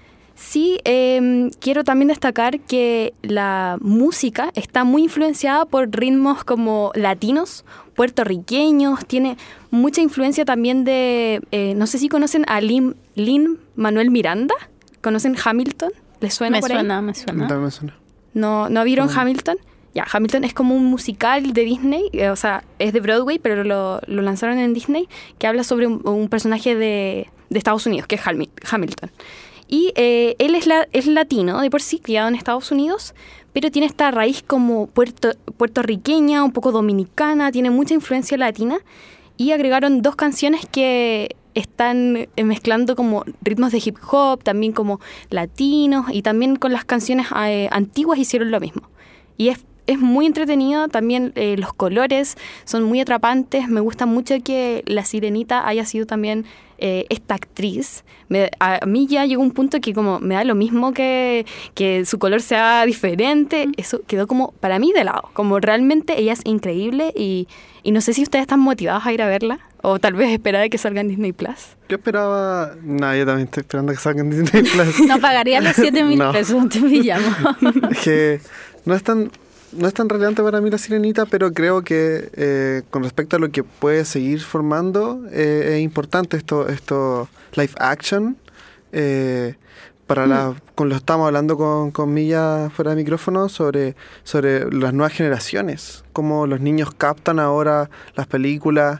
Sí, eh, quiero también destacar que la música está muy influenciada por ritmos como latinos, puertorriqueños, tiene mucha influencia también de, eh, no sé si conocen a Lin, Lin Manuel Miranda, ¿conocen Hamilton? ¿Les suena
me
por
suena,
ahí?
Me suena,
me suena.
¿No, ¿no vieron
no.
Hamilton? Ya, Hamilton es como un musical de Disney, eh, o sea, es de Broadway, pero lo, lo lanzaron en Disney, que habla sobre un, un personaje de, de Estados Unidos, que es Hamilton. Y eh, él es, la, es latino, de por sí, criado en Estados Unidos, pero tiene esta raíz como puerto, puertorriqueña, un poco dominicana, tiene mucha influencia latina. Y agregaron dos canciones que están mezclando como ritmos de hip hop, también como latinos, y también con las canciones eh, antiguas hicieron lo mismo. Y es Es muy entretenido, también eh, los colores son muy atrapantes. Me gusta mucho que La Sirenita haya sido también eh, esta actriz. Me, a mí ya llegó un punto que como me da lo mismo que, que su color sea diferente. Eso quedó como para mí de lado. Como realmente ella es increíble y, y no sé si ustedes están motivados a ir a verla o tal vez esperar a que salga en Disney Plus.
Yo esperaba... No, yo también estoy esperando que salga en Disney Plus.
No pagaría los siete mil
no.
pesos, te pillamos.
Es que no es tan... No es tan relevante para mí La Sirenita, pero creo que eh, con respecto a lo que puede seguir formando, eh, es importante esto, esto live action. Eh, para la, con lo estamos hablando con, con Milla fuera de micrófono sobre, sobre las nuevas generaciones, cómo los niños captan ahora las películas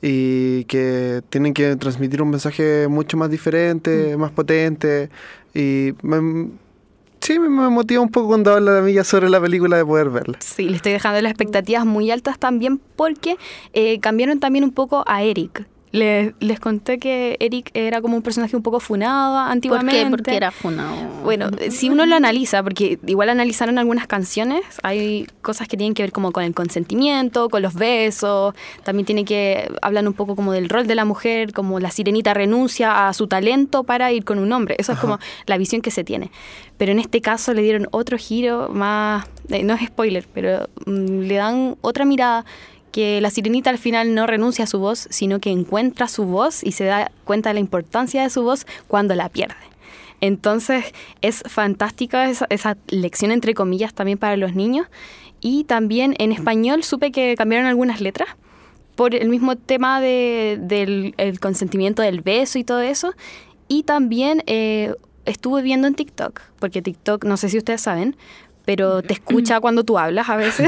y que tienen que transmitir un mensaje mucho más diferente, mm. más potente. Y me, sí, me motiva un poco cuando habla la Milla sobre la película de poder verla.
Sí, le estoy dejando las expectativas muy altas también porque eh, cambiaron también un poco a Eric. Les, les conté que Eric era como un personaje un poco funado antiguamente.
¿Por qué? Porque era funado.
Bueno, si uno lo analiza, porque igual analizaron algunas canciones, hay cosas que tienen que ver como con el consentimiento, con los besos, también tiene que hablan un poco como del rol de la mujer, como la sirenita renuncia a su talento para ir con un hombre. Eso Ajá. es como la visión que se tiene. Pero en este caso le dieron otro giro más, eh, no es spoiler, pero mm, le dan otra mirada, que la sirenita al final no renuncia a su voz, sino que encuentra su voz y se da cuenta de la importancia de su voz cuando la pierde. Entonces es fantástica esa, esa lección entre comillas también para los niños. Y también en español supe que cambiaron algunas letras por el mismo tema de, del el consentimiento del beso y todo eso. Y también eh, estuve viendo en TikTok, porque TikTok, no sé si ustedes saben, pero te escucha cuando tú hablas a veces.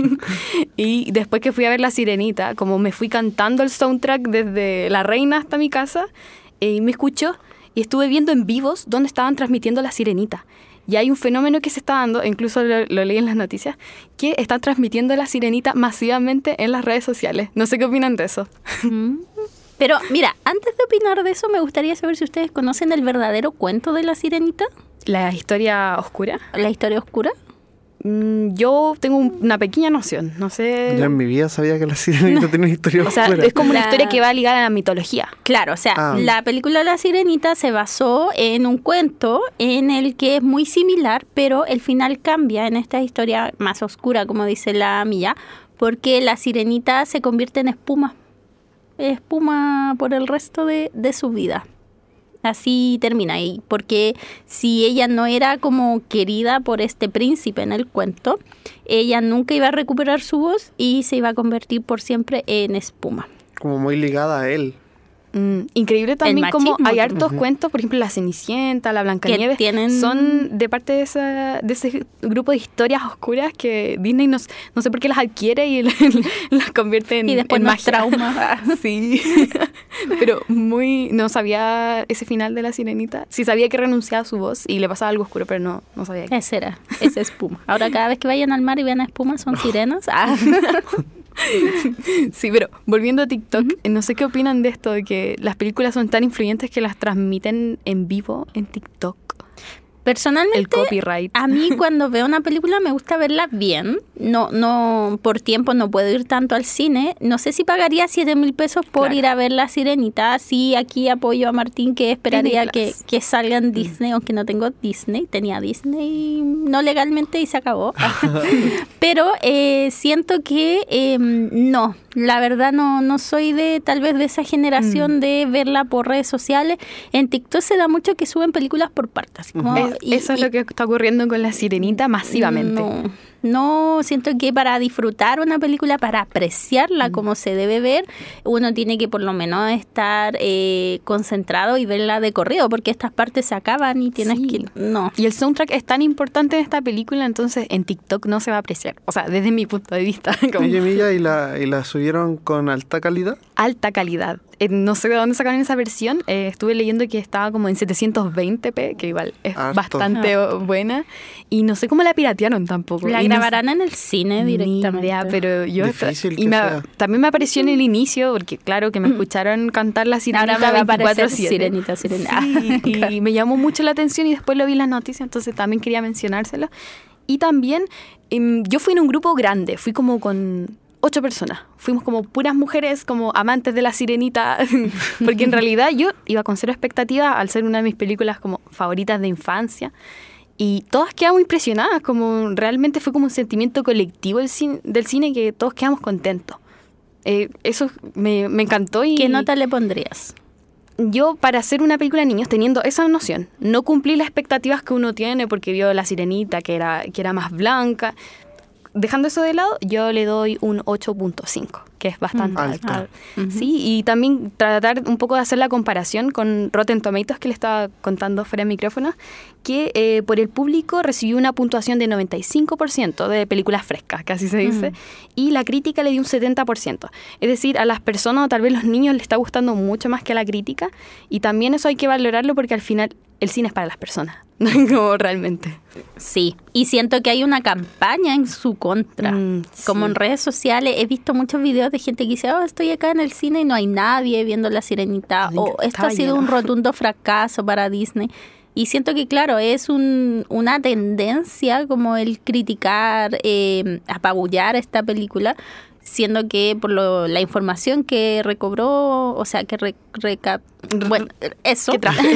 Y después que fui a ver La Sirenita, como me fui cantando el soundtrack desde La Reina hasta mi casa, y eh, me escuchó y estuve viendo en vivos dónde estaban transmitiendo La Sirenita. Y hay un fenómeno que se está dando, incluso lo, lo leí en las noticias, que están transmitiendo La Sirenita masivamente en las redes sociales. No sé qué opinan de eso.
Pero mira, antes de opinar de eso, me gustaría saber si ustedes conocen el verdadero cuento de La Sirenita.
¿La historia oscura?
¿La historia oscura?
Yo tengo una pequeña noción, no sé...
Yo en mi vida sabía que La Sirenita no. tenía una historia
o sea,
oscura.
Es como
la...
una historia que va ligada a la mitología.
Claro, o sea,
ah.
la película La Sirenita se basó en un cuento en el que es muy similar, pero el final cambia en esta historia más oscura, como dice la Milla, porque la Sirenita se convierte en espuma. Espuma por el resto de, de su vida. Así termina, y porque si ella no era como querida por este príncipe en el cuento, ella nunca iba a recuperar su voz y se iba a convertir por siempre en espuma.
Como muy ligada a él.
Mm, increíble también como hay hartos uh-huh. cuentos, por ejemplo La Cenicienta, La Blancanieves,
tienen...
son de parte de, esa, de ese grupo de historias oscuras que Disney nos, no sé por qué las adquiere y las convierte en,
y después
en
nos
magia.
trauma.
Sí, pero muy, no sabía ese final de La Sirenita, sí sabía que renunciaba a su voz y le pasaba algo oscuro, pero no, no sabía qué.
Esa era, esa espuma. Ahora cada vez que vayan al mar y vean espuma son sirenas. Ah.
Sí, pero volviendo a TikTok, uh-huh. no sé qué opinan de esto, de que las películas son tan influyentes que las transmiten en vivo en TikTok.
Personalmente,
el copyright.
A mí cuando veo una película me gusta verla bien. No, no, por tiempo no puedo ir tanto al cine. No sé si pagaría siete mil pesos por claro. ir a ver La Sirenita. Sí, aquí apoyo a Martín, que esperaría que, que salga en Disney, mm. aunque no tengo Disney. Tenía Disney no legalmente y se acabó. Pero eh, siento que eh, no, la verdad no, no soy de tal vez de esa generación mm. de verla por redes sociales. En TikTok se da mucho que suben películas por partes. Como,
es, y, eso es y, lo que está ocurriendo con La Sirenita masivamente.
No, no, siento que para disfrutar una película, para apreciarla mm. como se debe ver, uno tiene que por lo menos estar eh, concentrado y verla de corrido, porque estas partes se acaban y tienes sí. que... No.
Y el soundtrack es tan importante en esta película, entonces en TikTok no se va a apreciar. O sea, desde mi punto de vista.
Como... Oye, Milla, ¿y la, y la subida vieron con alta calidad?
Alta calidad. Eh, no sé de dónde sacaron esa versión. Eh, estuve leyendo que estaba como en setecientos veinte p, que igual es Harto. bastante ah. buena. Y no sé cómo la piratearon tampoco.
La
y
grabarán
no,
en el cine directamente.
Idea, pero yo
Difícil
y
que
me,
sea.
También me apareció en el inicio, porque claro que me escucharon cantar la sirenita.
Ahora me va a aparecer Sirenita, Sirenita.
Sí, y me llamó mucho la atención y después lo vi en las noticias, entonces también quería mencionárselo. Y también eh, yo fui en un grupo grande, fui como con ocho personas. Fuimos como puras mujeres, como amantes de la Sirenita, porque en realidad yo iba con cero expectativas al ser una de mis películas como favoritas de infancia. Y todas quedamos impresionadas, como realmente fue como un sentimiento colectivo del cine, del cine que todos quedamos contentos. Eh, eso me, me encantó. Y
¿qué nota le pondrías?
Yo, para hacer una película de niños, teniendo esa noción, no cumplí las expectativas que uno tiene porque vio La Sirenita, que era, que era más blanca. Dejando eso de lado, yo le doy un ocho punto cinco, que es bastante
mm,
alto.
alto.
Uh-huh. Sí, y también tratar un poco de hacer la comparación con Rotten Tomatoes, que le estaba contando fuera de micrófono, que eh, por el público recibió una puntuación de noventa y cinco por ciento de películas frescas, que así se dice, uh-huh. y la crítica le dio un setenta por ciento. Es decir, a las personas o tal vez los niños les está gustando mucho más que a la crítica, y también eso hay que valorarlo porque al final el cine es para las personas, como realmente.
Sí, y siento que hay una campaña en su contra. Mm, como sí. En redes sociales he visto muchos videos de gente que dice, oh, estoy acá en el cine y no hay nadie viendo La Sirenita, o oh, esto ha sido lleno. un rotundo fracaso para Disney. Y siento que, claro, es un, una tendencia como el criticar, eh, apabullar esta película, siendo que por lo, la información que recobró, o sea, que re, reca, bueno, eso,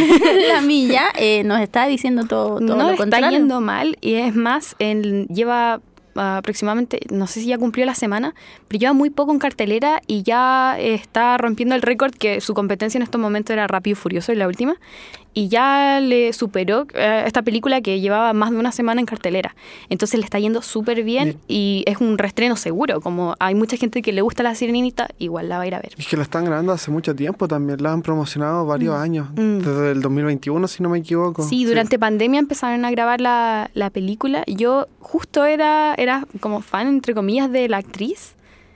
la milla, eh, nos está diciendo todo, todo
no
lo contrario.
Está yendo mal, y es más, él lleva uh, aproximadamente, no sé si ya cumplió la semana, pero lleva muy poco en cartelera y ya está rompiendo el récord que su competencia en estos momentos era Rápido y Furioso, la última, y ya le superó uh, esta película que llevaba más de una semana en cartelera. Entonces le está yendo súper bien y es un reestreno seguro. Como hay mucha gente que le gusta La Sirenita, igual la va a ir a ver.
Es que la están grabando hace mucho tiempo también. La han promocionado varios mm. años. Mm. Desde el dos mil veintiuno, si no me equivoco.
Sí, durante sí. pandemia empezaron a grabar la, la película. Yo justo era, era como fan, entre comillas, de la actriz.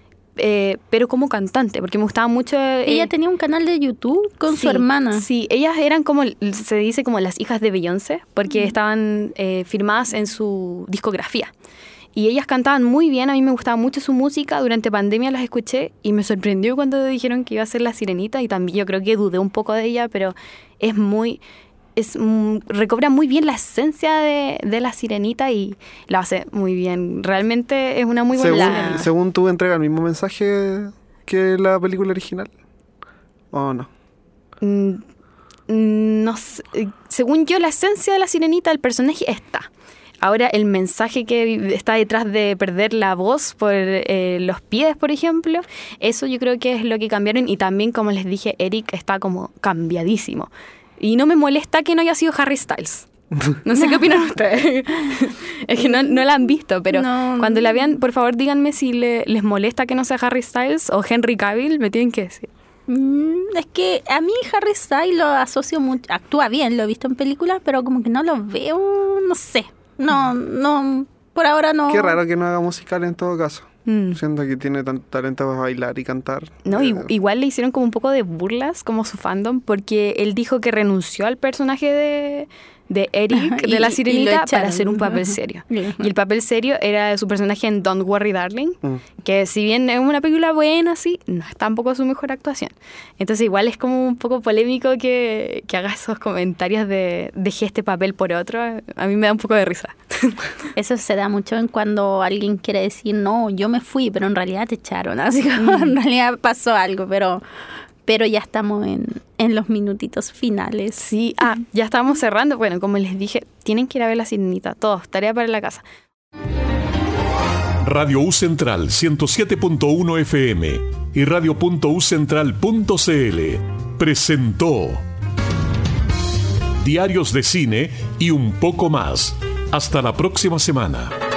Eh, pero como cantante, porque me gustaba mucho. Eh,
ella tenía un canal de YouTube con
sí,
su hermana.
Sí, ellas eran como, se dice como las hijas de Beyoncé, porque mm. estaban eh, firmadas en su discografía. Y ellas cantaban muy bien, a mí me gustaba mucho su música. Durante pandemia las escuché y me sorprendió cuando dijeron que iba a ser La Sirenita, y también yo creo que dudé un poco de ella, pero es muy... Es, mm, recobra muy bien la esencia de, de La Sirenita y la hace muy bien. Realmente es una muy buena...
Según,
la...
según tú, ¿entrega el mismo mensaje que la película original? ¿O no?
Mm, no sé. Según yo, la esencia de La Sirenita, el personaje está. Ahora, el mensaje que está detrás de perder la voz por eh, los pies, por ejemplo, eso yo creo que es lo que cambiaron. Y también, como les dije, Eric está como cambiadísimo. Y no me molesta que no haya sido Harry Styles. No sé qué opinan ustedes. Es que no, no la han visto, pero no. Cuando la vean, por favor, díganme si le, les molesta que no sea Harry Styles o Henry Cavill, me tienen que decir.
Mm, es que a mí Harry Styles lo asocio mucho, actúa bien, lo he visto en películas, pero como que no lo veo, no sé. No, no, por ahora no.
Qué raro que no haga musical en todo caso. Mm. Siento que tiene tanto talento para bailar y cantar.
No, eh. igual le hicieron como un poco de burlas, como su fandom, porque él dijo que renunció al personaje de, de Eric, de La Sirenita, para hacer un papel serio. Y el papel serio era su personaje en Don't Worry Darling, mm. que si bien es una película buena, sí, no es tampoco su mejor actuación. Entonces igual es como un poco polémico que, que haga esos comentarios de dejé este papel por otro. A mí me da un poco de risa.
Eso se da mucho en cuando alguien quiere decir, no, yo me fui, pero en realidad te echaron. Así que mm. en realidad pasó algo, pero... Pero ya estamos en, en los minutitos finales.
Sí, ah, ya estamos cerrando. Bueno, como les dije, tienen que ir a ver La Sirenita. Todos, tarea para la casa.
Radio U Central ciento siete punto uno F M y radio punto u central punto c l presentó Diarios de Cine y un poco más. Hasta la próxima semana.